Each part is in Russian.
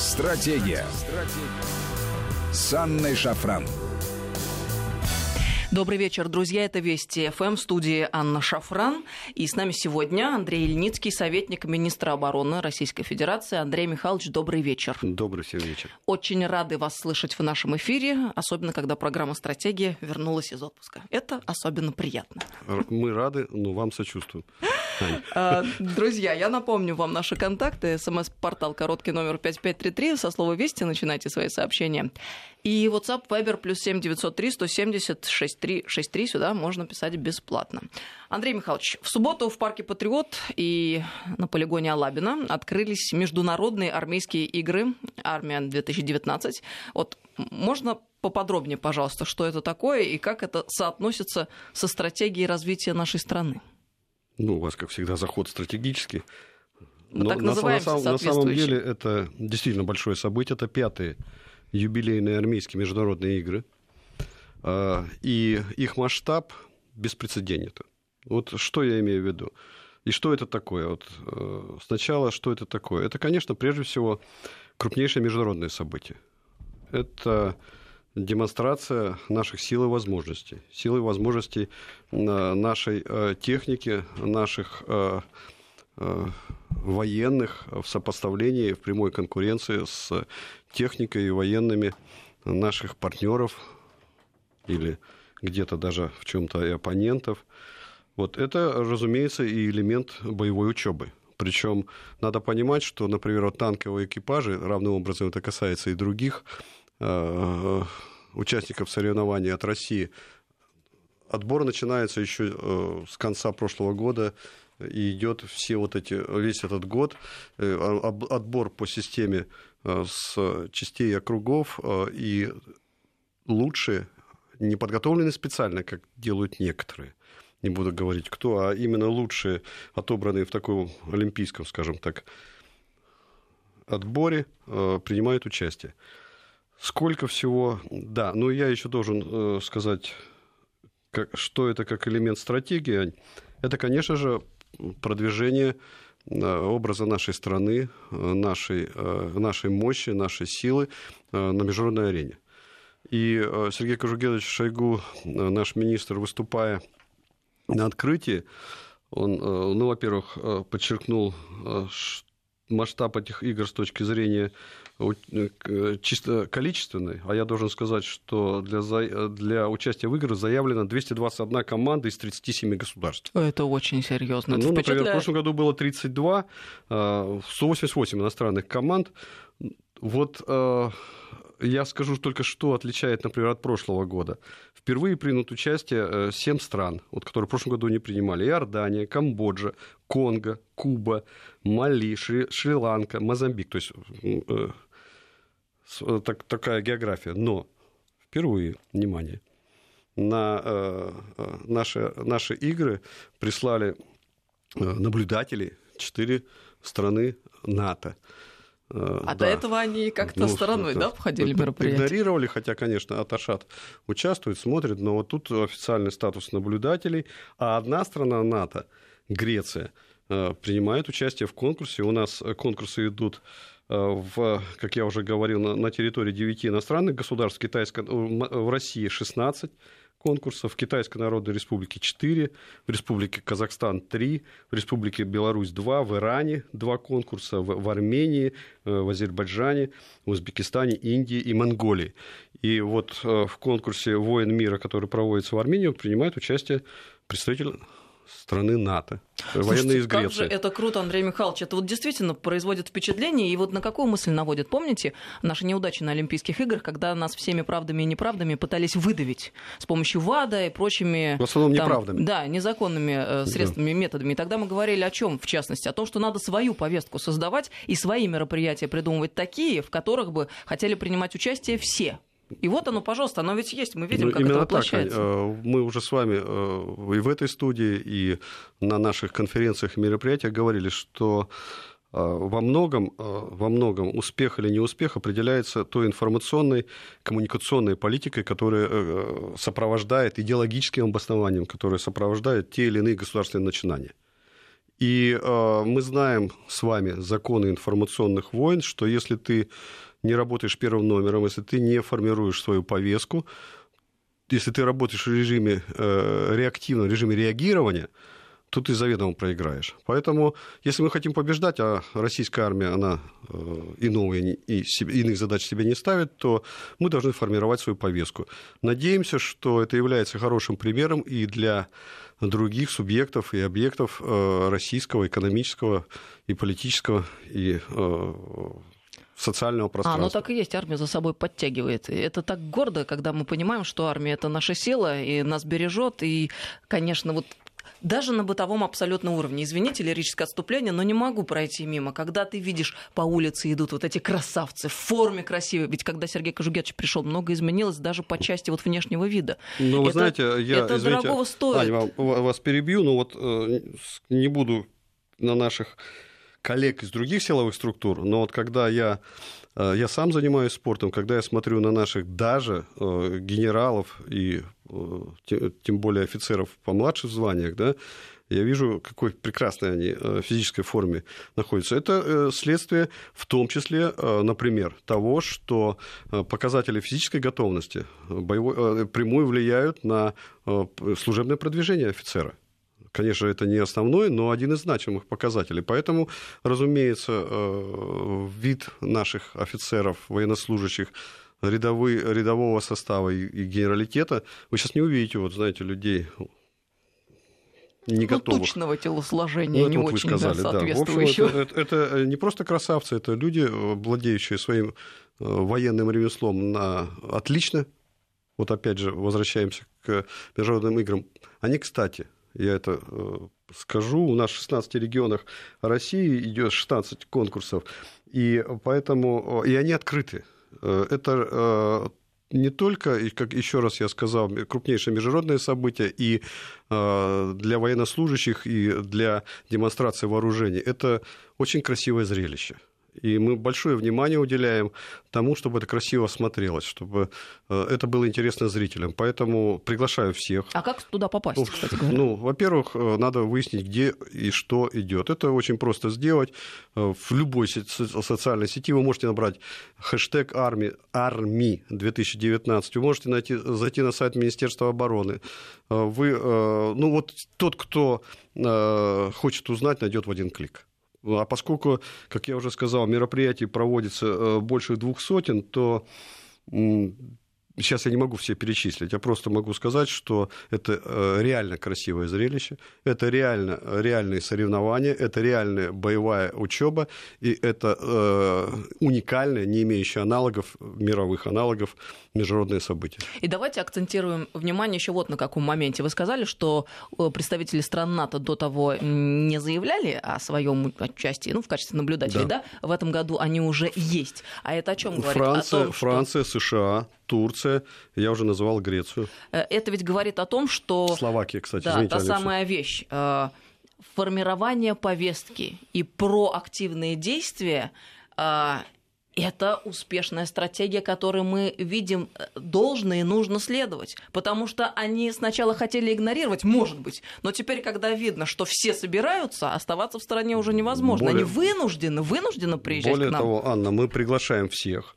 Стратегия. С Анной Шафран. Добрый вечер, друзья. Это Вести ФМ, в студии Анна Шафран. И с нами сегодня Андрей Ильницкий, советник министра обороны Российской Федерации. Андрей Михайлович, добрый вечер. Добрый всем вечер. Очень рады вас слышать в нашем эфире, особенно когда программа «Стратегия» вернулась из отпуска. Это особенно приятно. Мы рады, но вам сочувствуем. Друзья, я напомню вам наши контакты. СМС-портал короткий номер 5533. Со слова «Вести» начинайте свои сообщения. И WhatsApp, Viber, +7 903 170 6363. Сюда можно писать бесплатно. Андрей Михайлович, в субботу в парке «Патриот» и на полигоне Алабино открылись международные армейские игры «Армия-2019». Вот можно поподробнее, пожалуйста, что это такое и как это соотносится со стратегией развития нашей страны? Ну, у вас, как всегда, заход стратегический. Но так называемся на самом деле это действительно большое событие. Это 5-е юбилейные армейские международные игры. И их масштаб беспрецедентен. Вот что я имею в виду? И что это такое? Вот, сначала, что это такое? Это, конечно, прежде всего, крупнейшее международное событие. Это демонстрация наших сил и возможностей. Сил и возможностей нашей техники, наших военных в сопоставлении, в прямой конкуренции с техникой и военными наших партнеров или где-то даже в чем-то и оппонентов. Вот это, разумеется, и элемент боевой учебы. Причем надо понимать, что, например, вот танковые экипажи, равным образом это касается и других участников соревнований от России, отбор начинается еще с конца прошлого года и идет весь этот год. Отбор по системе с частей и округов, и лучшие не подготовлены специально, как делают некоторые. Не буду говорить кто, а именно лучшие, отобранные в таком олимпийском, скажем так, отборе, принимают участие. Сколько всего... Да, но я еще должен сказать, что это как элемент стратегии. Это, конечно же, продвижение образа нашей страны, нашей мощи, нашей силы на международной арене. И Сергей Кожугетович Шойгу, наш министр, выступая на открытии, он, во-первых, подчеркнул масштаб этих игр с точки зрения чисто количественной, а я должен сказать, что для участия в играх заявлено 221 команда из 37 государств. Это очень серьезно. Ну, например, в прошлом году было 32, 188 иностранных команд. Вот я скажу только, что отличает, например, от прошлого года. Впервые примут участие 7 стран, вот, которые в прошлом году не принимали. Иордания, Камбоджа, Конго, Куба, Мали, Шри-Ланка, Мозамбик. То есть такая география. Но впервые, внимание, на наши игры прислали наблюдателей 4 страны НАТО. А до этого они как-то стороной, обходили мероприятие? Игнорировали, хотя, конечно, Аташат участвует, смотрит, но вот тут официальный статус наблюдателей, а одна страна НАТО, Греция, принимает участие в конкурсе. У нас конкурсы идут, как я уже говорил, на территории 9 иностранных государств, в России 16 конкурсов, в Китайской Народной Республике 4, в Республике Казахстан 3, в Республике Беларусь 2, в Иране 2 конкурса, в Армении, в Азербайджане, в Узбекистане, Индии и Монголии. И вот в конкурсе «Воин мира», который проводится в Армении, принимает участие представитель страны НАТО, военные из Греции. Как же это круто, Андрей Михайлович. Это вот действительно производит впечатление. И вот на какую мысль наводит? Помните наши неудачи на Олимпийских играх, когда нас всеми правдами и неправдами пытались выдавить с помощью ВАДА и прочими... В основном неправдами. Да, незаконными средствами, методами. И тогда мы говорили о чем, в частности? О том, что надо свою повестку создавать и свои мероприятия придумывать такие, в которых бы хотели принимать участие все. И вот оно, пожалуйста, оно ведь есть, мы видим, как это воплощается. Мы уже с вами и в этой студии, и на наших конференциях и мероприятиях говорили, что во многом успех или неуспех определяется той информационной, коммуникационной политикой, которая сопровождает идеологическим обоснованием, которая сопровождает те или иные государственные начинания. И мы знаем с вами законы информационных войн, что если ты не работаешь первым номером, если ты не формируешь свою повестку, если ты работаешь в режиме реактивном, в режиме реагирования, то ты заведомо проиграешь. Поэтому, если мы хотим побеждать, а российская армия, она иных задач себе не ставит, то мы должны формировать свою повестку. Надеемся, что это является хорошим примером и для других субъектов и объектов российского экономического и политического и социального пространства. Ну так и есть, армия за собой подтягивает. И это так гордо, когда мы понимаем, что армия — это наша сила, и нас бережет, и, конечно, вот даже на бытовом абсолютном уровне. Извините, лирическое отступление, но не могу пройти мимо. Когда ты видишь, по улице идут вот эти красавцы в форме красивой. Ведь когда Сергей Кожугетович пришел, многое изменилось даже по части вот внешнего вида. Ну, вы знаете, это дорогого стоит. Аня, вас перебью, но вот не буду на наших коллег из других силовых структур, но вот когда я сам занимаюсь спортом, когда я смотрю на наших даже генералов и тем более офицеров помладше в званиях, да, я вижу, какой прекрасной они в физической форме находятся. Это следствие в том числе, например, того, что показатели физической готовности прямую влияют на служебное продвижение офицера. Конечно, это не основной, но один из значимых показателей. Поэтому, разумеется, вид наших офицеров, военнослужащих, рядового состава и генералитета, вы сейчас не увидите, вот, знаете, людей не готовых. Тучного телосложения, не вот очень соответствующего. Да. В общем, это не просто красавцы, это люди, владеющие своим военным ремеслом отлично. Вот опять же, возвращаемся к международным играм. Они, кстати, я это скажу, у нас в 16 регионах России идет 16 конкурсов, и поэтому и они открыты. Это не только, как еще раз я сказал, крупнейшее международное событие и для военнослужащих, и для демонстрации вооружений. Это очень красивое зрелище. И мы большое внимание уделяем тому, чтобы это красиво смотрелось, чтобы это было интересно зрителям. Поэтому приглашаю всех. А как туда попасть, кстати говоря? Во-первых, надо выяснить, где и что идет. Это очень просто сделать. В любой социальной сети вы можете набрать хэштег «Арми 2019». Вы можете зайти на сайт Министерства обороны. Тот, кто хочет узнать, найдет в один клик. А поскольку, как я уже сказал, мероприятий проводится больше 200, то сейчас я не могу все перечислить, я просто могу сказать, что это реально красивое зрелище, это реальные соревнования, это реальная боевая учеба, и это уникальное, не имеющее аналогов, мировых аналогов, международные события. И давайте акцентируем внимание еще вот на каком моменте. Вы сказали, что представители стран НАТО до того не заявляли о своем участии, в качестве наблюдателей, да? В этом году они уже есть. А это о чем говорит? Франция, США, Турция, я уже называл Грецию. Это ведь говорит о том, что... Словакия, кстати, да, извините, та Алексей. самая вещь. Формирование повестки и проактивные действия это успешная стратегия, которой мы видим, должно и нужно следовать. Потому что они сначала хотели игнорировать, может быть, но теперь, когда видно, что все собираются, оставаться в стороне уже невозможно. Они вынуждены приезжать к нам. Более того, Анна, мы приглашаем всех.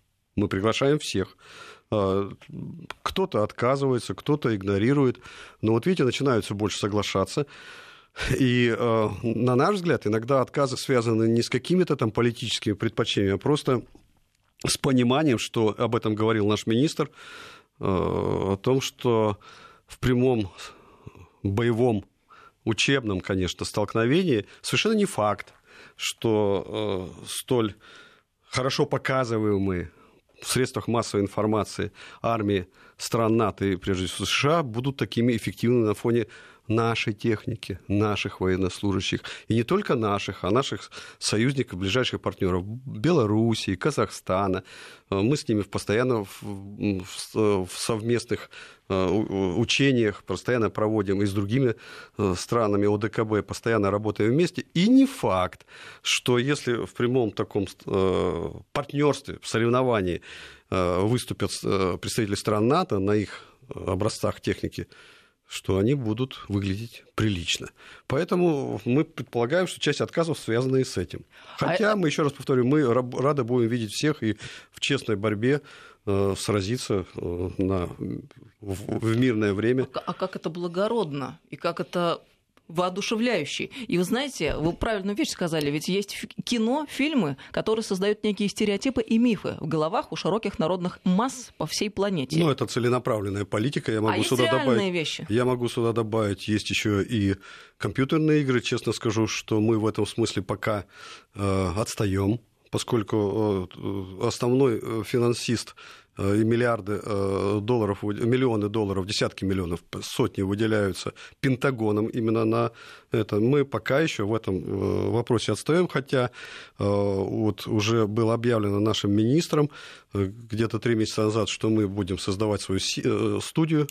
Кто-то отказывается, кто-то игнорирует. Но вот видите, начинают все больше соглашаться. И, на наш взгляд, иногда отказы связаны не с какими-то там политическими предпочтениями, а просто с пониманием, что об этом говорил наш министр, о том, что в прямом боевом, учебном, конечно, столкновении совершенно не факт, что столь хорошо показываемые в средствах массовой информации армии стран НАТО и, прежде всего, США будут такими эффективными на фоне нашей техники, наших военнослужащих. И не только наших, а наших союзников, ближайших партнеров Белоруссии, Казахстана. Мы с ними постоянно в совместных учениях постоянно проводим и с другими странами ОДКБ постоянно работаем вместе. И не факт, что если в прямом таком партнерстве, в соревновании выступят представители стран НАТО на их образцах техники, что они будут выглядеть прилично. Поэтому мы предполагаем, что часть отказов связана и с этим. Хотя, мы еще раз повторю, мы рады будем видеть всех и в честной борьбе сразиться в мирное время. А как это благородно и как это воодушевляющий. И вы знаете, вы правильную вещь сказали, ведь есть кино, фильмы, которые создают некие стереотипы и мифы в головах у широких народных масс по всей планете. Ну, это целенаправленная политика. Я могу сюда добавить вещи. Я могу сюда добавить, есть еще и компьютерные игры. Честно скажу, что мы в этом смысле пока отстаем, поскольку основной финансист и миллиарды долларов, миллионы долларов, десятки миллионов, сотни выделяются Пентагоном именно на это. Мы пока еще в этом вопросе отстаем, хотя вот уже было объявлено нашим министром где-то 3 месяца назад, что мы будем создавать свою студию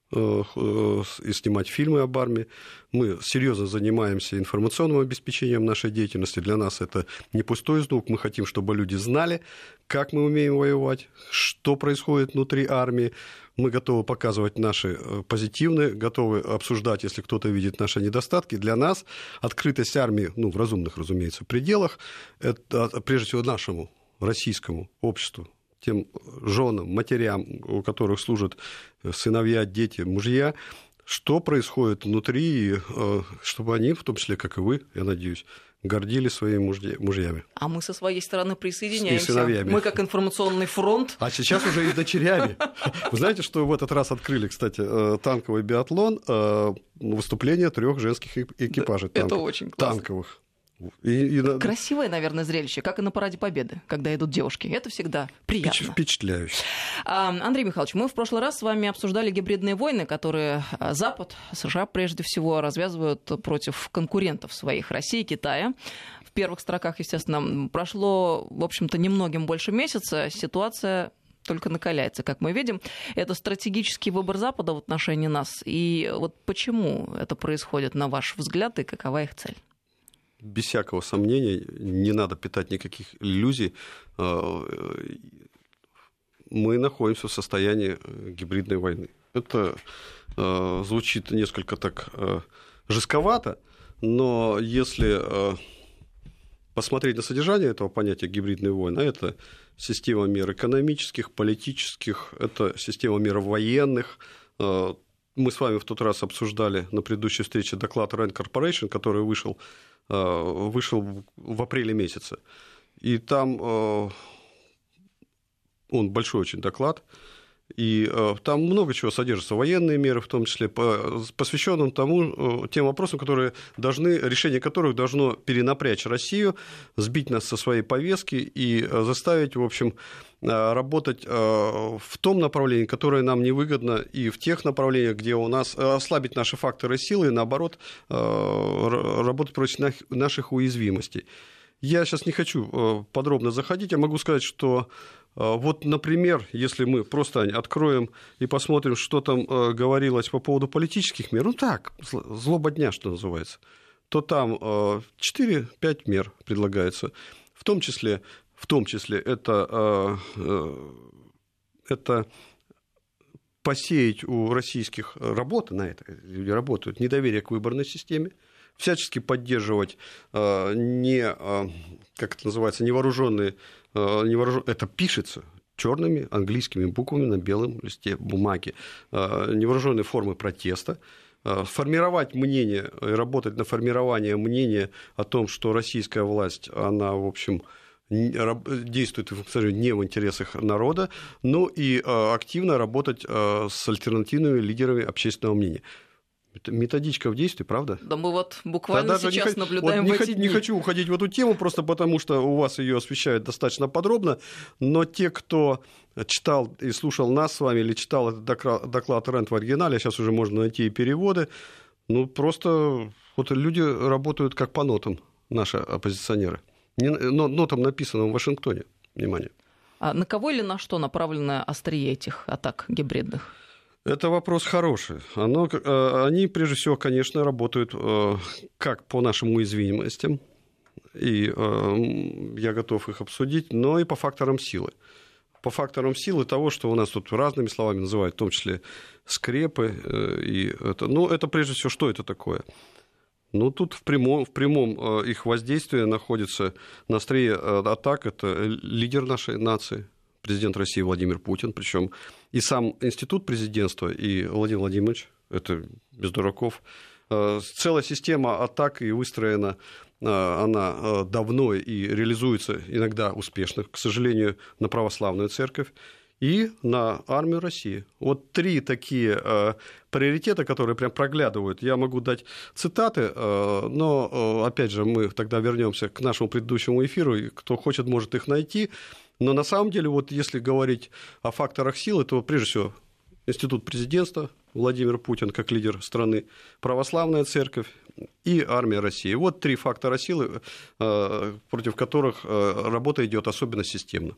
и снимать фильмы об армии. Мы серьезно занимаемся информационным обеспечением нашей деятельности. Для нас это не пустой звук. Мы хотим, чтобы люди знали, как мы умеем воевать, что происходит внутри армии. Мы готовы показывать наши позитивные, готовы обсуждать, если кто-то видит наши недостатки. Для нас открытость армии, в разумных, разумеется, пределах, это прежде всего нашему российскому обществу, тем женам, матерям, у которых служат сыновья, дети, мужья, что происходит внутри, чтобы они, в том числе, как и вы, я надеюсь, гордились своими мужьями. А мы со своей стороны присоединяемся. И сыновьями. Мы как информационный фронт. А сейчас уже и дочерями. Вы знаете, что в этот раз открыли, кстати, танковый биатлон, выступление 3 женских экипажей это очень классно. Танковых. Красивое, наверное, зрелище, как и на Параде Победы, когда идут девушки. Это всегда приятно. Впечатляюще. Андрей Михайлович, мы в прошлый раз с вами обсуждали гибридные войны, которые Запад, США прежде всего, развязывают против конкурентов своих, России, Китая. В первых строках, естественно, прошло, в общем-то, немногим больше месяца. Ситуация только накаляется, как мы видим. Это стратегический выбор Запада в отношении нас. И вот почему это происходит, на ваш взгляд, и какова их цель? Без всякого сомнения, не надо питать никаких иллюзий. Мы находимся в состоянии гибридной войны. Это звучит несколько так жестковато, но если посмотреть на содержание этого понятия гибридной войны, это система мер экономических, политических, это система мер военных. Мы с вами в тот раз обсуждали на предыдущей встрече доклад Rand Corporation, который вышел в апреле месяце. И там он большой очень доклад, и там много чего содержится, военные меры, в том числе, посвященным тем вопросам, решение которых должно перенапрячь Россию, сбить нас со своей повестки и заставить, в общем, работать в том направлении, которое нам невыгодно, и в тех направлениях, где у нас ослабить наши факторы силы, и, наоборот, работать против наших уязвимостей. Я сейчас не хочу подробно заходить, я могу сказать, что вот, например, если мы просто откроем и посмотрим, что там говорилось по поводу политических мер, злоба дня, что называется, то там 4-5 мер предлагается, в том числе это посеять у российских люди работают, недоверие к выборной системе, всячески поддерживать невооруженные, это пишется черными английскими буквами на белом листе бумаги, невооруженные формы протеста, формировать мнение и работать на формирование мнения о том, что российская власть, она, в общем, действует, к сожалению, не в интересах народа, но и активно работать с альтернативными лидерами общественного мнения. Методичка в действии, правда? Да мы вот буквально сейчас наблюдаем в эти дни. Не хочу уходить в эту тему, просто потому что у вас ее освещают достаточно подробно, но те, кто читал и слушал нас с вами, или читал этот доклад Rand в оригинале, сейчас уже можно найти и переводы, просто вот люди работают как по нотам, наши оппозиционеры. Нотам, написанным в Вашингтоне. Внимание. А на кого или на что направлено острие этих атак гибридных? Это вопрос хороший. Они, прежде всего, конечно, работают как по нашим уязвимостям, и я готов их обсудить, но и по факторам силы. по факторам силы того, что у нас тут разными словами называют, в том числе скрепы. Это прежде всего, что это такое? Тут в прямом их воздействии находится на острие атак. Это лидер нашей нации, президент России Владимир Путин. Причем и сам институт президентства, и Владимир Владимирович, это без дураков. Целая система атак и выстроена она давно и реализуется иногда успешно, к сожалению, на православную церковь и на армию России. Вот 3 такие приоритета, которые прям проглядывают. Я могу дать цитаты, но, опять же, мы тогда вернемся к нашему предыдущему эфиру, и кто хочет, может их найти. Но на самом деле, вот если говорить о факторах силы, то прежде всего институт президентства, Владимир Путин как лидер страны, православная церковь и армия России. Вот 3 фактора силы, против которых работа идет особенно системно.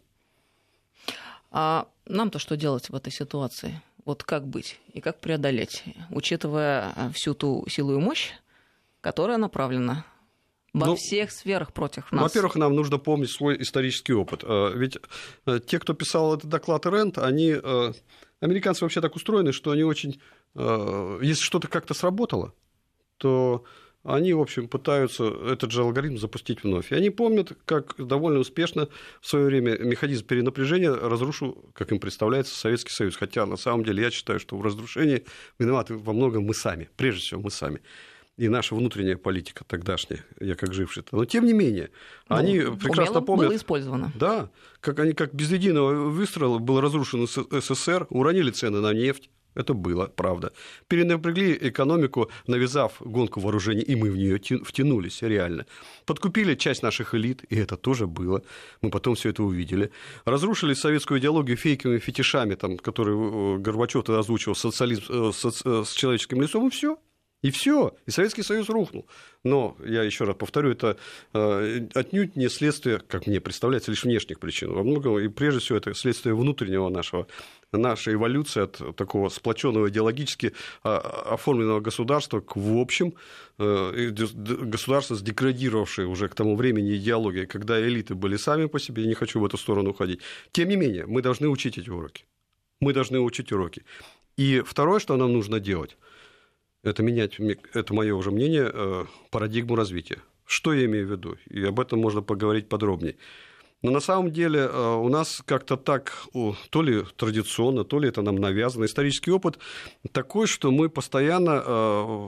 А нам-то что делать в этой ситуации? Вот как быть и как преодолеть, учитывая всю ту силу и мощь, которая направлена во всех сферах против нас? Во-первых, нам нужно помнить свой исторический опыт. Ведь те, кто писал этот доклад РЭНД, американцы вообще так устроены, что они очень... Если что-то как-то сработало, то они, в общем, пытаются этот же алгоритм запустить вновь. И они помнят, как довольно успешно в свое время механизм перенапряжения разрушил, как им представляется, Советский Союз. Хотя, на самом деле, я считаю, что в разрушении виноваты во многом мы сами, прежде всего мы сами. И наша внутренняя политика тогдашняя, я как живший-то. Но, тем не менее, они прекрасно помнят... было использовано. Да, как они как без единого выстрела был разрушен СССР, уронили цены на нефть. Это было, правда. Перенапрягли экономику, навязав гонку вооружений, и мы в нее втянулись, реально. Подкупили часть наших элит, и это тоже было. Мы потом все это увидели. Разрушили советскую идеологию фейковыми фетишами, которые Горбачев тогда озвучивал, социализм с человеческим лицом, и все. И все, и Советский Союз рухнул. Но, я еще раз повторю, это отнюдь не следствие, как мне представляется, лишь внешних причин. Во многом, и прежде всего, это следствие внутреннего нашей эволюции от такого сплоченного идеологически оформленного государства к, в общем, государство, сдеградировавшее уже к тому времени идеологией, когда элиты были сами по себе, я не хочу в эту сторону уходить. Тем не менее, мы должны учить эти уроки. Мы должны учить уроки. И второе, что нам нужно делать, это менять, это мое уже мнение, парадигму развития. Что я имею в виду? И об этом можно поговорить подробнее. Но на самом деле у нас как-то так, то ли традиционно, то ли это нам навязано, исторический опыт такой, что мы постоянно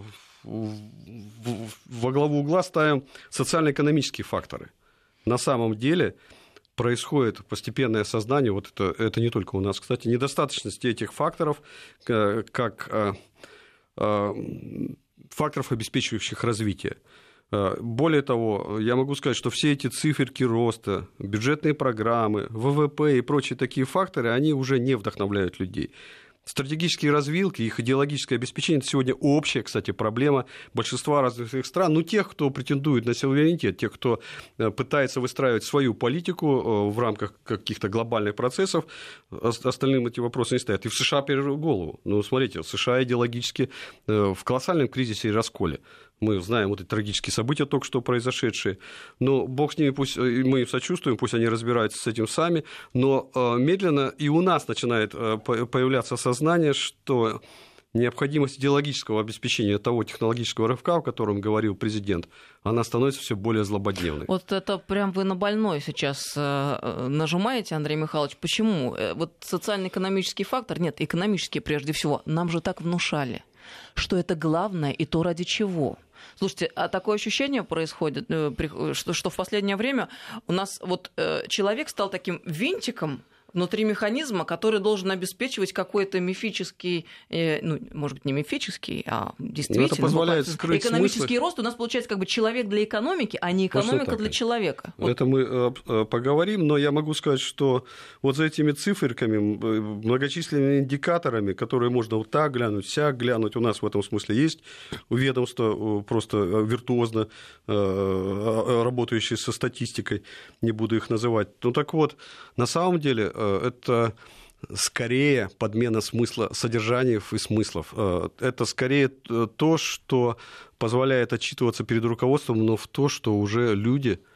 во главу угла ставим социально-экономические факторы. На самом деле происходит постепенное осознание, вот это не только у нас, кстати, недостаточности этих факторов, как факторов, обеспечивающих развитие. Более того, я могу сказать, что все эти циферки роста, бюджетные программы, ВВП и прочие такие факторы, они уже не вдохновляют людей. Стратегические развилки, их идеологическое обеспечение – это сегодня общая, кстати, проблема большинства развитых стран, ну, тех, кто претендует на суверенитет, тех, кто пытается выстраивать свою политику в рамках каких-то глобальных процессов, остальным эти вопросы не стоят. И в США перерыв голову. Ну, смотрите, США идеологически в колоссальном кризисе и расколе. Мы знаем вот эти трагические события, только что произошедшие. Но бог с ними, пусть мы им сочувствуем, пусть они разбираются с этим сами. Но медленно и у нас начинает появляться сознание, что необходимость идеологического обеспечения того технологического рывка, о котором говорил президент, она становится все более злободневной. Вот это прям вы на больное сейчас нажимаете, Андрей Михайлович. Почему? Вот социально-экономический фактор, нет, экономический прежде всего, нам же так внушали, что это главное и то, ради чего. Слушайте, а такое ощущение происходит, что в последнее время у нас вот человек стал таким винтиком внутри механизма, который должен обеспечивать какой-то мифический, ну, может быть, не мифический, а действительно это позволяет скрыть экономический смыслы. рост. У нас получается как бы человек для экономики, а не экономика для человека. Вот. Это мы поговорим, но я могу сказать, что вот за этими циферками, многочисленными индикаторами, которые можно вот так глянуть, сяк глянуть, у нас в этом смысле есть ведомство просто виртуозно работающее со статистикой, не буду их называть. Ну так вот, на самом деле это скорее подмена смысла, содержаний и смыслов. Это скорее то, что позволяет отчитываться перед руководством, но в то, что уже люди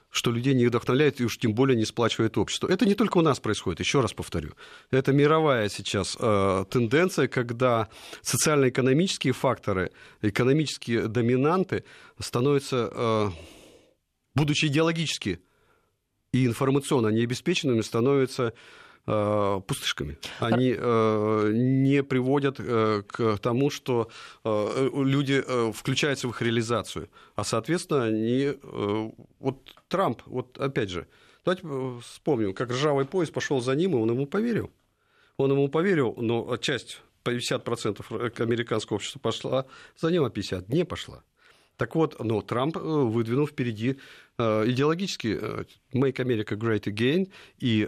что людей не вдохновляет и уж тем более не сплачивает общество. Это не только у нас происходит, еще раз повторю. Это мировая сейчас тенденция, когда социально-экономические факторы, экономические доминанты становятся, будучи идеологически и информационно необеспеченными, становятся пустышками. Они не приводят к тому, что люди включаются в их реализацию. А, соответственно, они... Вот Трамп, вот опять же, давайте вспомним, как ржавый поезд пошел за ним, и он ему поверил. Он ему поверил, но часть, 50% американского общества пошла за ним, а 50% не пошла. Так вот, но Трамп выдвинул впереди идеологически «Make America Great Again» и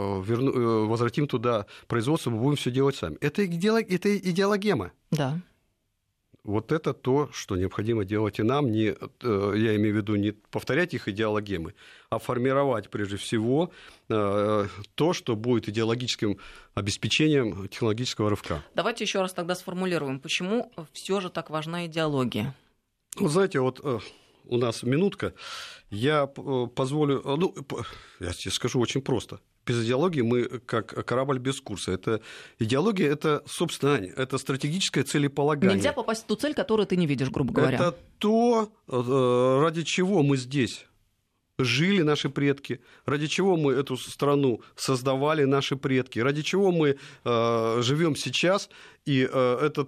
возвратим туда производство, мы будем все делать сами. Это идеологема. Да. Вот это то, что необходимо делать и нам. Я имею в виду не повторять их идеологемы, а формировать прежде всего то, что будет идеологическим обеспечением технологического рывка. Давайте еще раз тогда сформулируем, почему все же так важна идеология. Вот знаете, вот у нас минутка, я позволю, я тебе скажу очень просто. Без идеологии мы как корабль без курса. Идеология – это, собственно, это стратегическое целеполагание. Нельзя попасть в ту цель, которую ты не видишь, грубо говоря. Это то, ради чего мы здесь жили наши предки, ради чего мы эту страну создавали наши предки, ради чего мы живем сейчас, и это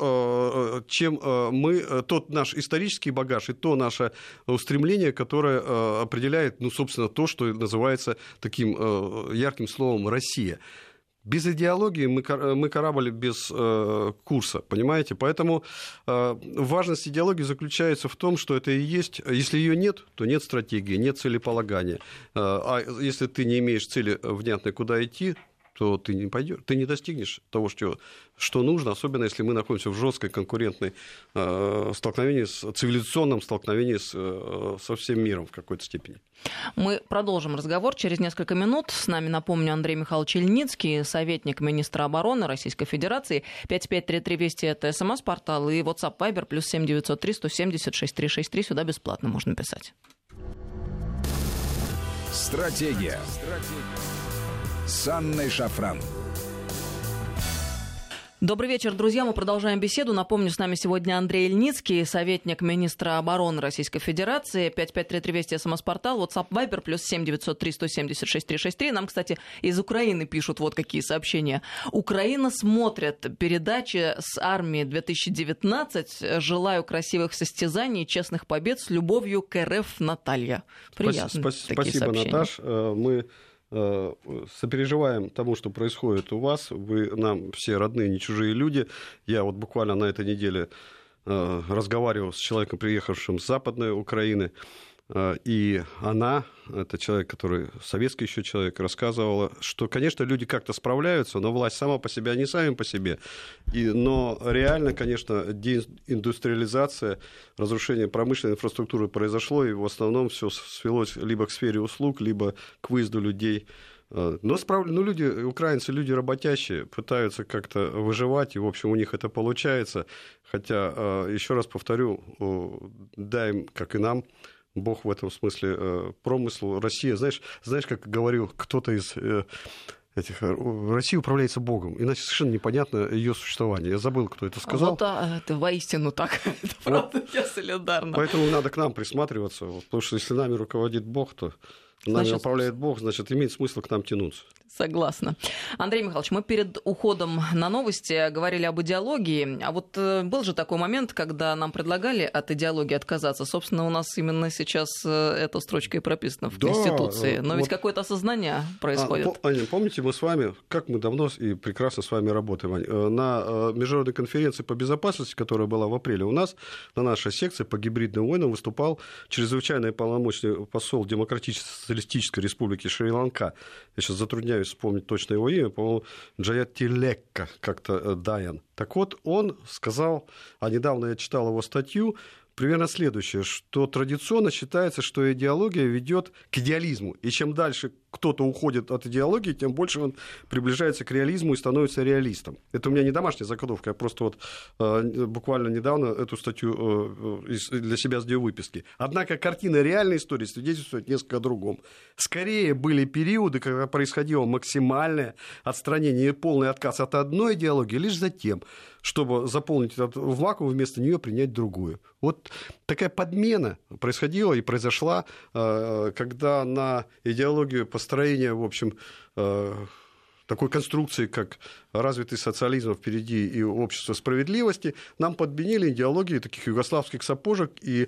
то, чем тот наш исторический багаж и то наше устремление, которое определяет, собственно, то, что называется таким ярким словом «Россия». Без идеологии мы корабль без курса, понимаете? Поэтому важность идеологии заключается в том, что это и есть. Если ее нет, то нет стратегии, нет целеполагания. А если ты не имеешь цели внятной, куда идти, то ты не пойдешь, ты не достигнешь того, что нужно, особенно если мы находимся в жесткой конкурентной столкновении, цивилизационном столкновении со всем миром в какой-то степени. Мы продолжим разговор через несколько минут. С нами, напомню, Андрей Михайлович Ильницкий, советник министра обороны Российской Федерации. 5533 Вести — это СМС-портал, и WhatsApp Viber +7 903 170 6363. Сюда бесплатно можно писать. Стратегия. С Анной Шафран. Добрый вечер, друзья. Мы продолжаем беседу. Напомню, с нами сегодня Андрей Ильницкий, советник министра обороны Российской Федерации. 5533 Вести, СМС-портал, WhatsApp Viber +7 903 170 6363. Нам, кстати, из Украины пишут вот какие сообщения. Украина смотрит передачи с армии 2019. Желаю красивых состязаний, честных побед. С любовью к РФ, Наталья. Приятно. Спасибо, Наташ. Мы сопереживаем тому, что происходит у вас. Вы нам все родные, не чужие люди. Я вот буквально на этой неделе разговаривал с человеком, приехавшим с Западной Украины. И она, это человек, который советский еще человек, рассказывала, что, конечно, люди как-то справляются, но власть сама по себе, они сами по себе. Но реально, конечно, деиндустриализация, разрушение промышленной инфраструктуры произошло, и в основном все свелось либо к сфере услуг, либо к выезду людей. Но люди, украинцы, люди работящие, пытаются как-то выживать, и, в общем, у них это получается. Хотя, еще раз повторю, дай им, как и нам, Бог в этом смысле промыслу. Россия, знаешь, как говорил кто-то из Россия управляется Богом, иначе совершенно непонятно ее существование. Я забыл, кто это сказал. Вот это воистину так. Это правда, я солидарна. Поэтому надо к нам присматриваться, потому что если нами руководит Бог, то нами управляет Бог, значит, имеет смысл к нам тянуться. Согласна. Андрей Михайлович, мы перед уходом на новости говорили об идеологии. А вот был же такой момент, когда нам предлагали от идеологии отказаться. Собственно, у нас именно сейчас эта строчка и прописана в Конституции. Но ведь какое-то осознание происходит. Аня, помните, мы с вами, как мы давно и прекрасно с вами работаем, Аня, на международной конференции по безопасности, которая была в апреле, у нас на нашей секции по гибридным войнам выступал чрезвычайный полномочный посол Демократической социалистической республики Шри-Ланка. Я сейчас затрудняюсь вспомнить точно его имя, по-моему, Джаятилекка, как-то Даян. Так вот, он сказал, а недавно я читал его статью, примерно следующее, что традиционно считается, что идеология ведет к идеализму. И чем дальше кто-то уходит от идеологии, тем больше он приближается к реализму и становится реалистом. Это у меня не домашняя заготовка, я просто вот буквально недавно эту статью для себя сделал выписки. Однако картина реальной истории свидетельствует несколько о другом. Скорее были периоды, когда происходило максимальное отстранение и полный отказ от одной идеологии, лишь затем, чтобы заполнить этот вакуум, вместо нее принять другую. Вот такая подмена происходила и произошла, когда на идеологию построения, в общем, такой конструкции, как развитый социализм впереди и общество справедливости, нам подменили идеологии таких югославских сапожек и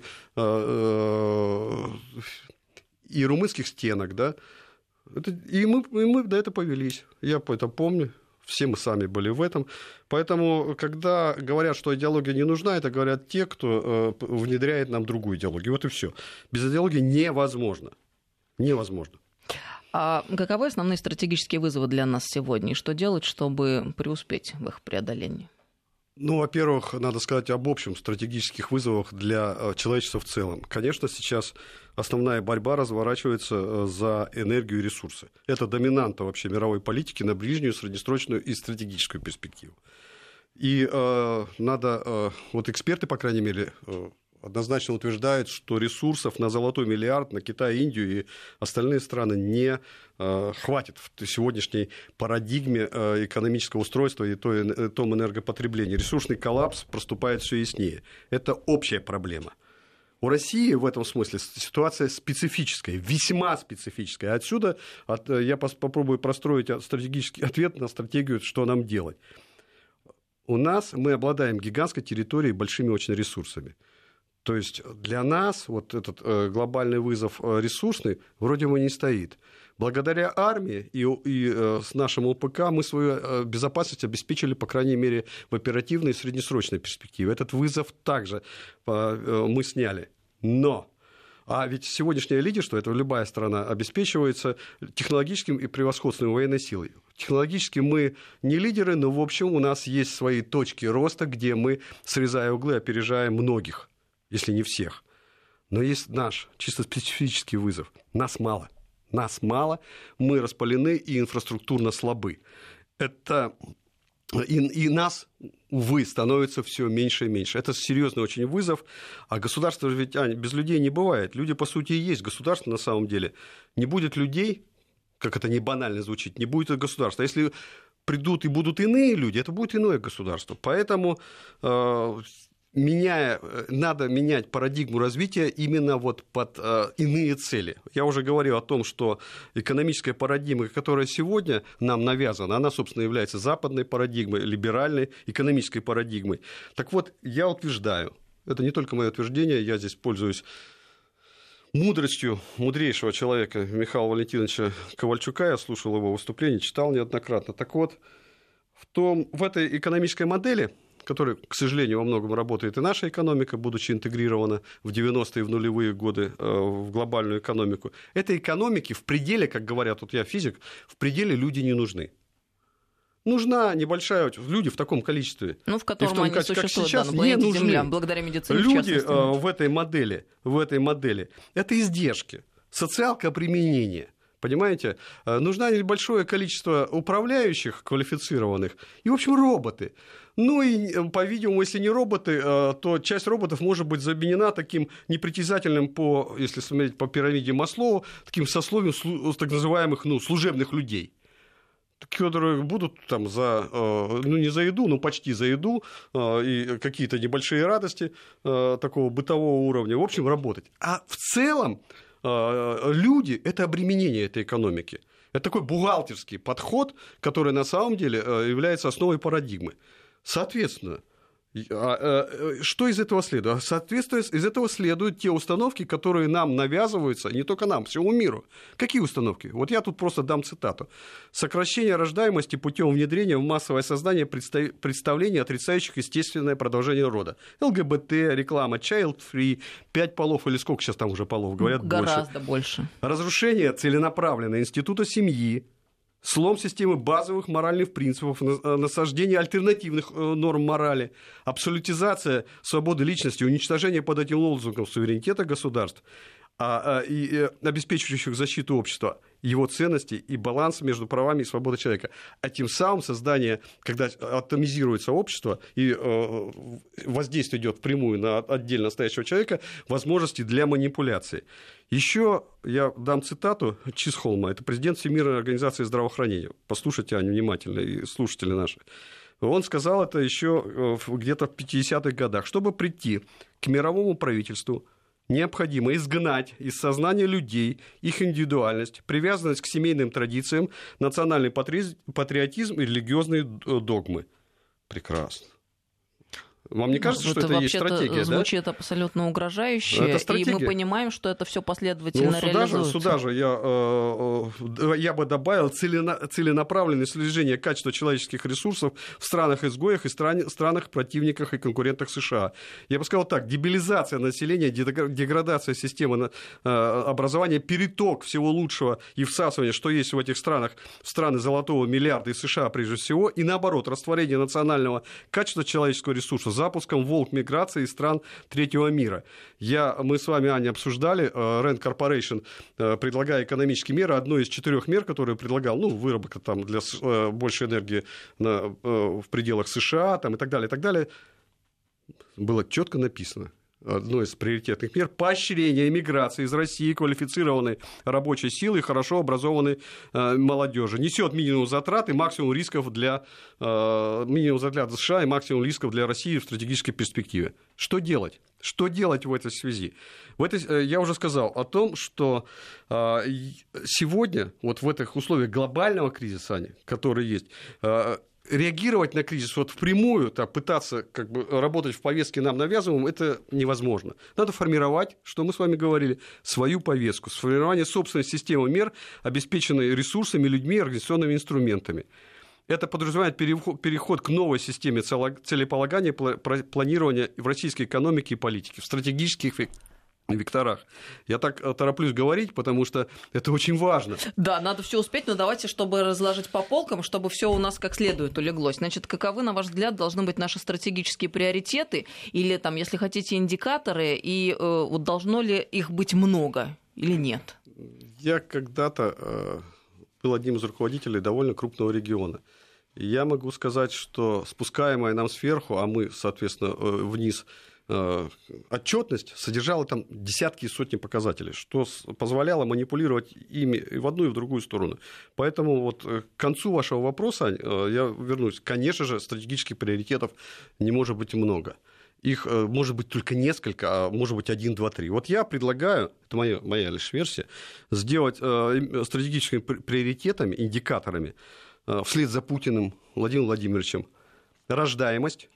румынских стенок, да. И мы до этого повелись. Я это помню. Все мы сами были в этом. Поэтому, когда говорят, что идеология не нужна, это говорят те, кто внедряет нам другую идеологию. Вот и все. Без идеологии невозможно. Невозможно. А каковы основные стратегические вызовы для нас сегодня? И что делать, чтобы преуспеть в их преодолении? Ну, во-первых, надо сказать об общем стратегических вызовах для человечества в целом. Конечно, сейчас основная борьба разворачивается за энергию и ресурсы. Это доминанта вообще мировой политики на ближнюю, среднесрочную и стратегическую перспективу. И вот эксперты, по крайней мере, однозначно утверждают, что ресурсов на золотой миллиард, на Китай, Индию и остальные страны не хватит в сегодняшней парадигме экономического устройства и том энергопотреблении. Ресурсный коллапс проступает все яснее. Это общая проблема. У России в этом смысле ситуация специфическая, весьма специфическая. Отсюда я попробую простроить стратегический ответ на стратегию, что нам делать. Мы обладаем гигантской территорией, большими очень ресурсами. То есть для нас вот этот глобальный вызов ресурсный вроде бы не стоит. Благодаря армии и с нашим ОПК мы свою безопасность обеспечили, по крайней мере, в оперативной и среднесрочной перспективе. Этот вызов также мы сняли. А ведь сегодняшнее лидерство, это любая страна, обеспечивается технологическим и превосходством военной силой. Технологически мы не лидеры, но, в общем, у нас есть свои точки роста, где мы, срезая углы, опережаем многих, если не всех. Но есть наш чисто специфический вызов. Нас мало. Мы распалены и инфраструктурно слабы. И нас, увы, становится все меньше и меньше. Это серьезный очень вызов. А государство ведь без людей не бывает. Люди, по сути, и есть государство на самом деле. Не будет людей, как это не банально звучит, не будет государства. Если придут и будут иные люди, это будет иное государство. Поэтому надо менять парадигму развития именно вот под иные цели. Я уже говорил о том, что экономическая парадигма, которая сегодня нам навязана, она, собственно, является западной парадигмой, либеральной экономической парадигмой. Так вот, я утверждаю, это не только мое утверждение, я здесь пользуюсь мудростью мудрейшего человека Михаила Валентиновича Ковальчука, я слушал его выступление, читал неоднократно. Так вот, в этой экономической модели, которой, к сожалению, во многом работает и наша экономика, будучи интегрирована в 90-е и в нулевые годы в глобальную экономику, этой экономики в пределе, как говорят, вот я физик, в пределе люди не нужны. Нужна небольшая... Люди в таком количестве. В котором они существуют, сейчас, на планете не нужны. Земля, благодаря медицине, люди в этой модели, это издержки, социалка применения. Понимаете, нужно небольшое количество управляющих квалифицированных и, в общем, роботы. И, по-видимому, если не роботы, то часть роботов может быть заменена таким непритязательным, если смотреть по пирамиде Маслоу, таким сословием так называемых служебных людей, которые будут там не за еду, но почти за еду, и какие-то небольшие радости такого бытового уровня, в общем, работать. А в целом люди – это обременение этой экономики. Это такой бухгалтерский подход, который на самом деле является основой парадигмы. Соответственно, что из этого следует? Соответственно, из этого следуют те установки, которые нам навязываются, не только нам, всему миру. Какие установки? Вот я тут просто дам цитату. «Сокращение рождаемости путем внедрения в массовое сознание представлений, отрицающих естественное продолжение рода. ЛГБТ, реклама, child-free, 5 полов или сколько сейчас там уже полов, говорят, гораздо больше. Разрушение целенаправленного института семьи, слом системы базовых моральных принципов, насаждение альтернативных норм морали, абсолютизация свободы личности, уничтожение под этим лозунгом суверенитета государств и обеспечивающих защиту общества, его ценности и баланс между правами и свободой человека. А тем самым создание, когда атомизируется общество и воздействие идет впрямую на отдельно стоящего человека, возможности для манипуляции. Еще я дам цитату Чисхолма, это президент Всемирной организации здравоохранения. Послушайте, Аня, внимательно, и слушатели наши. Он сказал это еще где-то в 50-х годах. Чтобы прийти к мировому правительству, необходимо изгнать из сознания людей их индивидуальность, привязанность к семейным традициям, национальный патриотизм и религиозные догмы. Прекрасно. Вам не кажется, что это есть стратегия? Звучит абсолютно угрожающе, и мы понимаем, что это все последовательно реализуется. Сюда же я бы добавил целенаправленное снижение качества человеческих ресурсов в странах-изгоях и странах-противниках и конкурентах США. Я бы сказал так, дебилизация населения, деградация системы образования, переток всего лучшего и всасывание, что есть в этих странах, в страны золотого миллиарда и США прежде всего, и наоборот, растворение национального качества человеческого ресурса, запуском волн миграции из стран третьего мира. Мы с вами, Аня, обсуждали, Rand Corporation, предлагая экономические меры, одной из 4 мер, которые предлагал, выработка там, для большей энергии в пределах США там, и так далее, было четко написано. Одной из приоритетных мер – поощрение эмиграции из России квалифицированной рабочей силы и хорошо образованной молодежи. Несет минимум затрат и максимум рисков для США и максимум рисков для России в стратегической перспективе. Что делать? Что делать в этой связи? Я уже сказал о том, что сегодня, вот в этих условиях глобального кризиса, который есть, реагировать на кризис впрямую, пытаться работать в повестке нам навязываемым, это невозможно. Надо формировать, что мы с вами говорили, свою повестку, сформирование собственной системы мер, обеспеченной ресурсами, людьми и организационными инструментами. Это подразумевает переход к новой системе целеполагания, планирования в российской экономике и политике, в стратегических векторах. Я так тороплюсь говорить, потому что это очень важно. Да, надо все успеть, но давайте, чтобы разложить по полкам, чтобы все у нас как следует улеглось. Значит, каковы, на ваш взгляд, должны быть наши стратегические приоритеты или, если хотите, индикаторы, и должно ли их быть много или нет? Я когда-то был одним из руководителей довольно крупного региона. И я могу сказать, что спускаемая нам сверху, а мы, соответственно, вниз, отчетность содержала там десятки и сотни показателей, что позволяло манипулировать ими и в одну, и в другую сторону. Поэтому к концу вашего вопроса я вернусь. Конечно же, стратегических приоритетов не может быть много. Их может быть только несколько, а может быть 1, 2, 3. Я предлагаю, это моя лишь версия, сделать стратегическими приоритетами, индикаторами вслед за Путиным Владимиром Владимировичем рождаемость,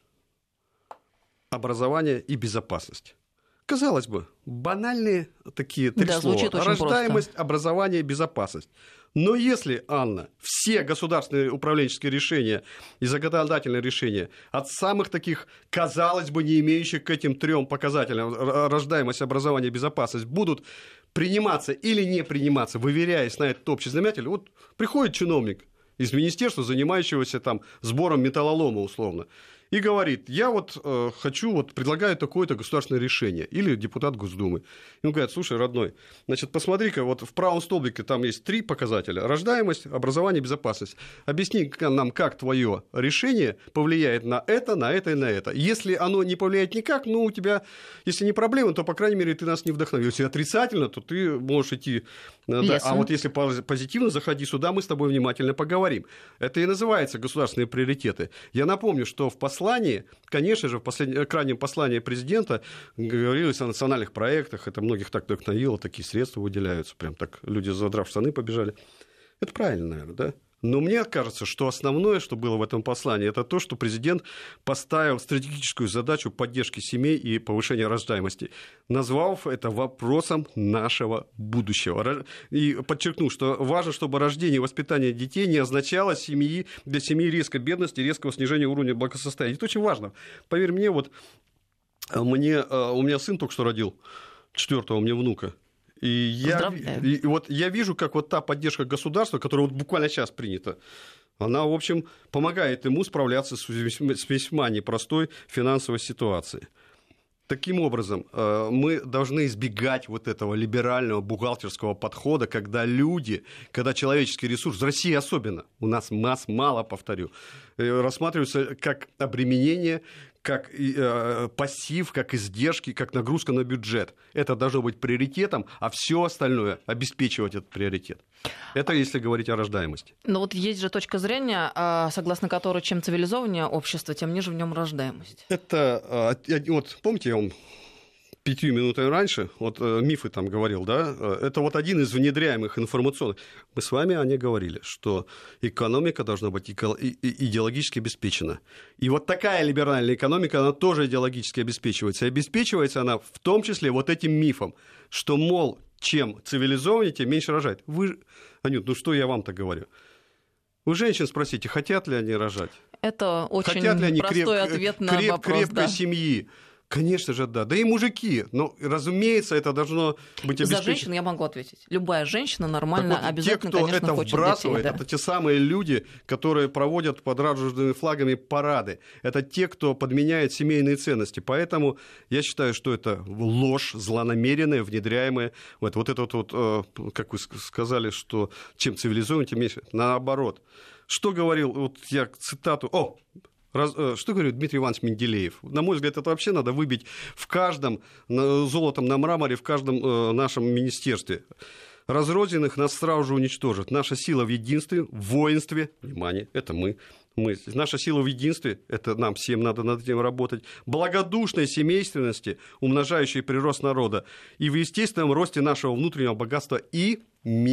образование и безопасность. Казалось бы, банальные такие 3 слова. Рождаемость, образование, безопасность. Но если, Анна, все государственные управленческие решения и законодательные решения от самых таких, казалось бы, не имеющих к этим 3 показателям, рождаемость, образование, безопасность, будут приниматься или не приниматься, выверяясь на этот общий знаменатель, приходит чиновник из министерства, занимающегося сбором металлолома условно, и говорит, я предлагаю такое-то государственное решение, или депутат Госдумы. И он говорит, слушай, родной, посмотри-ка, в правом столбике там есть 3 показателя, рождаемость, образование, безопасность. Объясни нам, как твое решение повлияет на это, на это и на это. Если оно не повлияет никак, у тебя, если не проблема, то, по крайней мере, ты нас не вдохновил. Если отрицательно, то ты можешь идти. Да, а если позитивно, заходи сюда, мы с тобой внимательно поговорим. Это и называется государственные приоритеты. Я напомню, что в послании, конечно же, в крайнем послании президента говорилось о национальных проектах, это многих так вдохновило, такие средства выделяются, прям так люди, задрав штаны, побежали. Это правильно, наверное, да? Но мне кажется, что основное, что было в этом послании, это то, что президент поставил стратегическую задачу поддержки семей и повышения рождаемости, назвав это вопросом нашего будущего. И подчеркнул, что важно, чтобы рождение и воспитание детей не означало для семьи резкой бедности, резкого снижения уровня благосостояния. Это очень важно. Поверь мне, у меня сын только что родил, 4-го у меня внука. И я вижу, как та поддержка государства, которая буквально сейчас принята, она, в общем, помогает ему справляться с весьма непростой финансовой ситуацией. Таким образом, мы должны избегать вот этого либерального бухгалтерского подхода, когда люди, когда человеческий ресурс, в России особенно, у нас масс мало, повторю, рассматриваются как обременение, как пассив, как издержки, как нагрузка на бюджет. Это должно быть приоритетом, а все остальное обеспечивать этот приоритет. Это если говорить о рождаемости. Но вот есть же точка зрения, согласно которой чем цивилизованнее общество, тем ниже в нем рождаемость. Это, вот помните, я вам 5 минутами раньше, вот мифы там говорил, да, это вот один из внедряемых информационных. Мы с вами о ней говорили, что экономика должна быть идеологически обеспечена. И вот такая либеральная экономика, она тоже идеологически обеспечивается. И обеспечивается она в том числе вот этим мифом, что, мол, чем цивилизованнее, тем меньше рожает. Вы, Анют, ну что я вам-то говорю? У женщин спросите, хотят ли они рожать? Это очень хотят ли они простой ответ на вопрос. Крепкой семьи? Конечно же, да. Да и мужики. Но, разумеется, это должно быть обеспечено. За женщин я могу ответить. Любая женщина нормально, вот обязательно, те, кто конечно, это хочет вбрасывает, детей. Да. это те самые люди, которые проводят под радужными флагами парады. Это те, кто подменяет семейные ценности. Поэтому я считаю, что это ложь злонамеренная, внедряемая. Вот это вот, как вы сказали, что чем цивилизованнее, тем меньше. Наоборот. Что говорил, вот я цитату... Что говорит Дмитрий Иванович Менделеев? На мой взгляд, это вообще надо выбить в каждом, золотом на мраморе, в каждом нашем министерстве. Разрозненных нас сразу же уничтожат. Наша сила в единстве, в воинстве, внимание, это мы. Наша сила в единстве, это нам всем надо над этим работать. Благодушной семейственности, умножающей прирост народа. И в естественном росте нашего внутреннего богатства и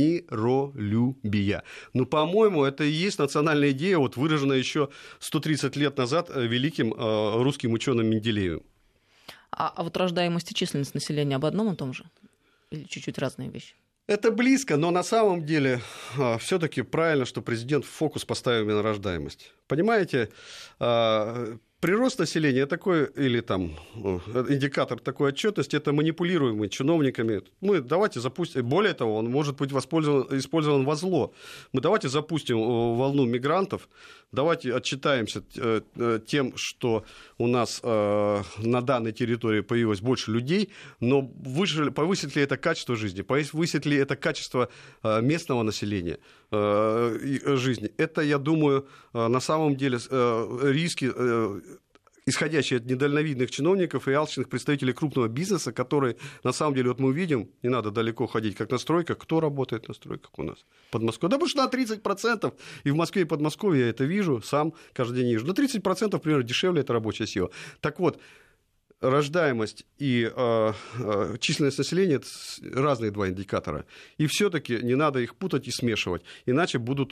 миролюбия. Ну, по-моему, это и есть национальная идея, вот выраженная еще 130 лет назад великим русским ученым Менделеевым. А вот рождаемость и численность населения об одном и том же? Или чуть-чуть разные вещи? Это близко, но на самом деле все-таки правильно, что президент в фокус поставил именно рождаемость. Понимаете, прирост населения такой, или там индикатор такой отчетности, это манипулируемый чиновниками. Мы давайте запустим, более того, он может быть использован во зло. Мы давайте запустим волну мигрантов, давайте отчитаемся тем, что у нас на данной территории появилось больше людей, но повысит ли это качество жизни, повысит ли это качество местного населения жизни? Это, я думаю, на самом деле риски, исходящие от недальновидных чиновников и алчных представителей крупного бизнеса, которые, на самом деле, вот мы увидим, не надо далеко ходить, как на стройках, кто работает на стройках у нас? Подмосковье. Да потому что на 30%, и в Москве, и Подмосковье я это вижу, сам каждый день вижу, на 30% примерно дешевле эта рабочая сила. Так вот, рождаемость и численность населения – это разные два индикатора. И все-таки не надо их путать и смешивать, иначе будут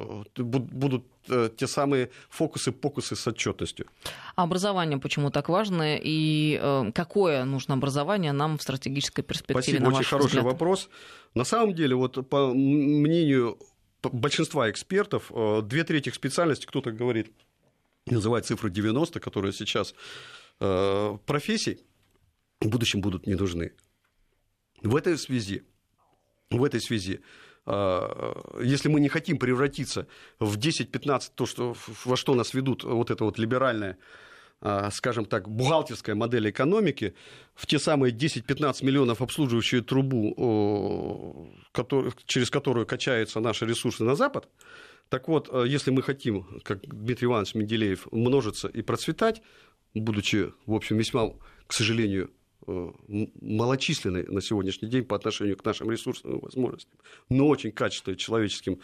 те самые фокусы-покусы с отчетностью. А образование почему так важно? И какое нужно образование нам в стратегической перспективе? Спасибо, очень хороший вопрос. На самом деле, вот по мнению большинства экспертов, 2/3 специальностей, кто-то говорит, называет цифру 90, которая сейчас профессий в будущем будут не нужны. В этой связи, если мы не хотим превратиться в 10-15, во что нас ведут вот эта вот либеральная, скажем так, бухгалтерская модель экономики, в те самые 10-15 миллионов обслуживающую трубу, через которую качаются наши ресурсы на Запад, так вот, если мы хотим, как Дмитрий Иванович Менделеев, множиться и процветать, будучи, в общем, весьма, к сожалению, малочисленной на сегодняшний день по отношению к нашим ресурсам и возможностям, но очень качественной человеческой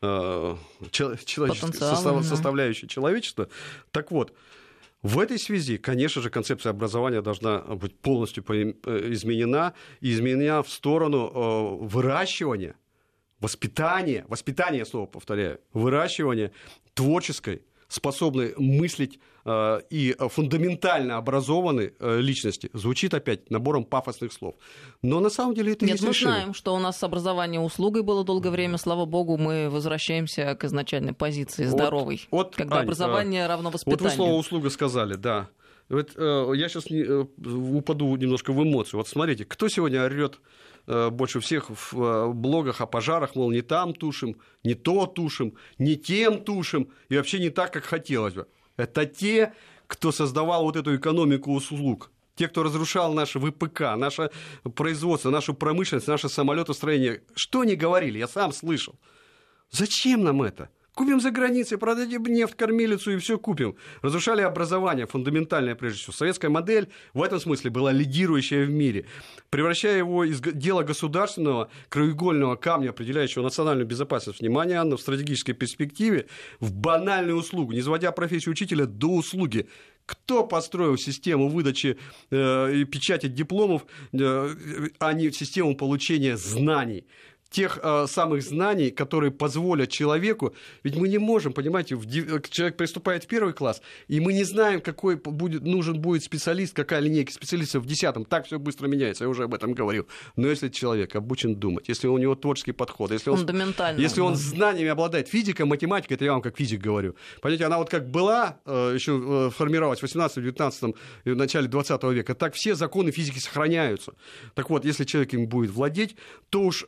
составляющей человечества. Так вот, в этой связи, конечно же, концепция образования должна быть полностью изменена в сторону выращивания, воспитания, снова повторяю, выращивания творческой, способной мыслить и фундаментально образованной личности. Звучит опять набором пафосных слов. Но на самом деле это нет, есть решение. Мы знаем, что у нас образование услугой было долгое время. Слава богу, мы возвращаемся к изначальной позиции здоровой, когда образование равно воспитанию. Вот вы слово «услуга» сказали, да. Вот, я сейчас упаду немножко в эмоцию. Вот смотрите, кто сегодня орёт больше всех в блогах о пожарах, мол, не там тушим, не то тушим, не тем тушим, и вообще не так, как хотелось бы. Это те, кто создавал вот эту экономику услуг. те, кто разрушал наше ВПК, наше производство, нашу промышленность, наше самолетостроение, что они говорили, я сам слышал. Зачем нам это? Купим за границей, продадим нефть, кормилицу и все купим. Разрушали образование, фундаментальное прежде всего. Советская модель в этом смысле была лидирующая в мире, превращая его из дела государственного, краеугольного камня, определяющего национальную безопасность, внимание, Анна, в стратегической перспективе, в банальную услугу, не сводя профессию учителя до услуги. Кто построил систему выдачи и печати дипломов, а не систему получения знаний? Тех самых знаний, которые позволят человеку, ведь мы не можем, понимаете, человек приступает в 1 класс, и мы не знаем, какой нужен будет специалист, какая линейка специалистов в 10-м, так все быстро меняется, я уже об этом говорил. Но если человек обучен думать, если у него творческий подход, если он знаниями обладает, физика, математика, это я вам как физик говорю, понимаете, она вот как была, еще формировалась в 18-19 и в начале 20 века, так все законы физики сохраняются. Так вот, если человек им будет владеть, то уж...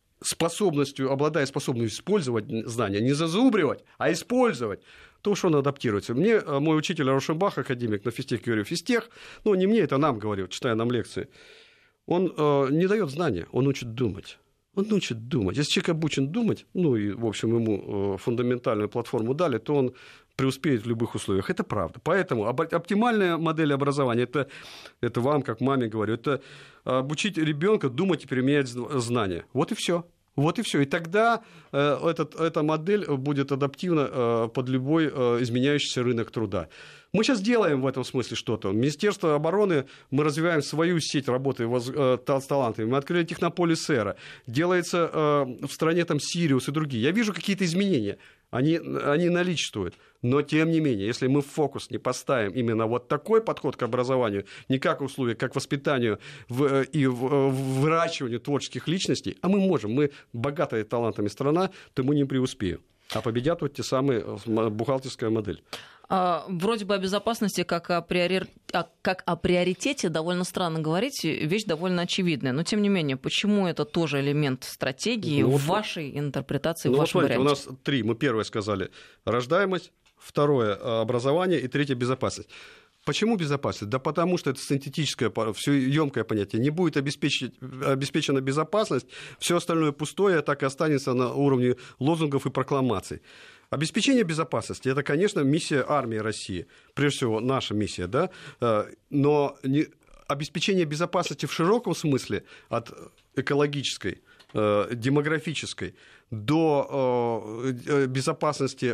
обладая способностью использовать знания, не зазубривать, а использовать, то уж он адаптируется. Мне мой учитель Раушенбах, академик на физтехе, говорю, физтех, ну, не мне, это нам говорил, читая нам лекции, он не дает знания, он учит думать. Он учит думать. Если человек обучен думать, ну, и, в общем, ему фундаментальную платформу дали, то он преуспеет в любых условиях. Это правда. Поэтому оптимальная модель образования, это вам, как маме говорю, это обучить ребенка думать и применять знания. Вот и все. Вот и все. И тогда эта модель будет адаптивна под любой изменяющийся рынок труда. Мы сейчас делаем в этом смысле что-то. Министерство обороны, мы развиваем свою сеть работы с талантами. Мы открыли Технополис Эра. Делается в стране там Сириус и другие. Я вижу какие-то изменения. Они наличествуют. Но, тем не менее, если мы в фокус не поставим именно вот такой подход к образованию, не как условие, как к воспитанию и выращиванию творческих личностей, а мы богатая талантами страна, то мы не преуспеем. А победят вот те самые бухгалтерская модель. Вроде бы о безопасности как о приоритете довольно странно говорить, вещь довольно очевидная. Но, тем не менее, почему это тоже элемент стратегии в вашей интерпретации, в вашем варианте? У нас 3. Мы первое сказали – рождаемость, второе – образование и третье – безопасность. Почему безопасность? Да потому что это синтетическое, все ёмкое понятие. Не будет обеспечена безопасность, все остальное пустое, так и останется на уровне лозунгов и прокламаций. Обеспечение безопасности – это, конечно, миссия армии России. Прежде всего, наша миссия, да? Но обеспечение безопасности в широком смысле, от экологической, демографической до безопасности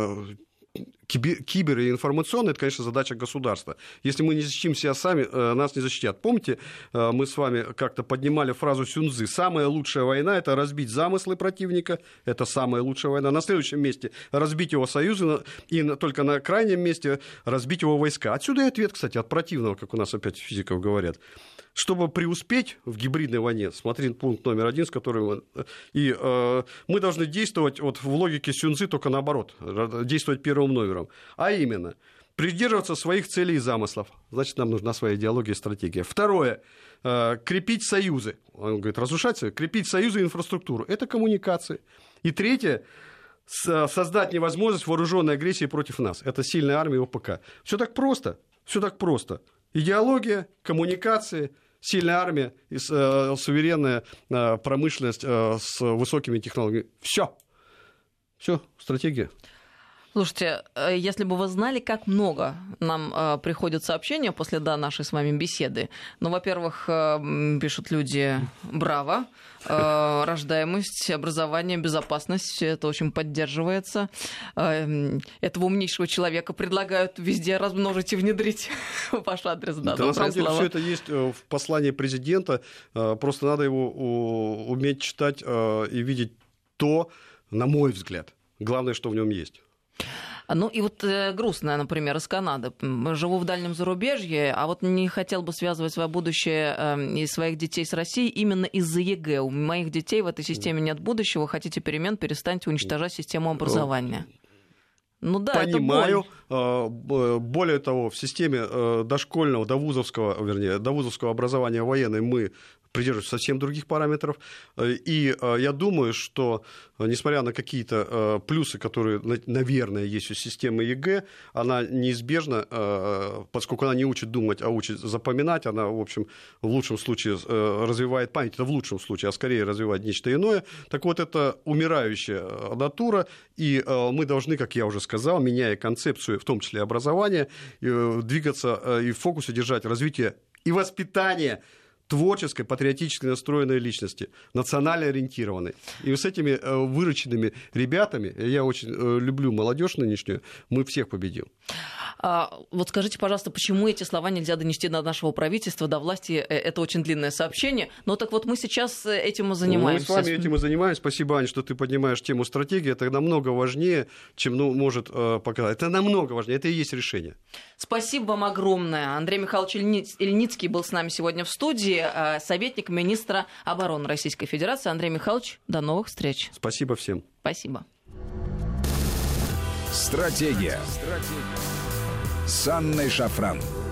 кибер и информационной, это, конечно, задача государства. Если мы не защитим себя сами, нас не защитят. Помните, мы с вами как-то поднимали фразу Сюньцзы: «Самая лучшая война – это разбить замыслы противника, это самая лучшая война». На следующем месте – разбить его союзы, и только на крайнем месте – разбить его войска. Отсюда и ответ, кстати, от противного, как у нас опять физиков говорят. Чтобы преуспеть в гибридной войне, смотри пункт номер 1, с которым мы должны действовать вот в логике Сюньцзы только наоборот, действовать первым номером, а именно придерживаться своих целей и замыслов. Значит, нам нужна своя идеология и стратегия. Второе, крепить союзы. Он говорит, разрушать союзы, крепить союзы и инфраструктуру. Это коммуникации. И третье, создать невозможность вооруженной агрессии против нас. Это сильная армия ОПК. Все так просто. Все так просто. Идеология, коммуникации, сильная армия и суверенная промышленность с высокими технологиями. Все, стратегия. Слушайте, если бы вы знали, как много нам приходят сообщения после нашей с вами беседы. Ну, во-первых, пишут люди: браво, рождаемость, образование, безопасность, это очень поддерживается. Этого умнейшего человека предлагают везде размножить и внедрить ваш адрес. Да, на самом деле все это есть в послании президента, просто надо его уметь читать и видеть то, на мой взгляд, главное, что в нем есть. Ну и вот грустно, например, из Канады. Живу в дальнем зарубежье, а вот не хотел бы связывать свое будущее и своих детей с Россией именно из-за ЕГЭ. У моих детей в этой системе нет будущего. Хотите перемен, перестаньте уничтожать систему образования. Ну да, понимаю. Это более того, в системе дошкольного, довузовского образования военной мы придерживаются совсем других параметров. И я думаю, что, несмотря на какие-то плюсы, которые, наверное, есть у системы ЕГЭ, она неизбежна, поскольку она не учит думать, а учит запоминать, она, в общем, в лучшем случае развивает память, это в лучшем случае, а скорее развивает нечто иное. Так вот, это умирающая натура, и мы должны, как я уже сказал, меняя концепцию, в том числе образования, двигаться и в фокусе держать развитие и воспитание творческой, патриотически настроенной личности, национально ориентированной. И с этими вырученными ребятами, я очень люблю молодежь нынешнюю, мы всех победим. Вот скажите, пожалуйста, почему эти слова нельзя донести до нашего правительства, до власти? Это очень длинное сообщение. Но так вот мы сейчас этим и занимаемся. Мы с вами этим и занимаемся. Спасибо, Ань, что ты поднимаешь тему стратегии. Это намного важнее, чем может показать. Это намного важнее. Это и есть решение. Спасибо вам огромное. Андрей Михайлович Ильницкий был с нами сегодня в студии, советник министра обороны Российской Федерации. Андрей Михайлович, до новых встреч. Спасибо всем. Спасибо. Стратегия. С Анной Шафран.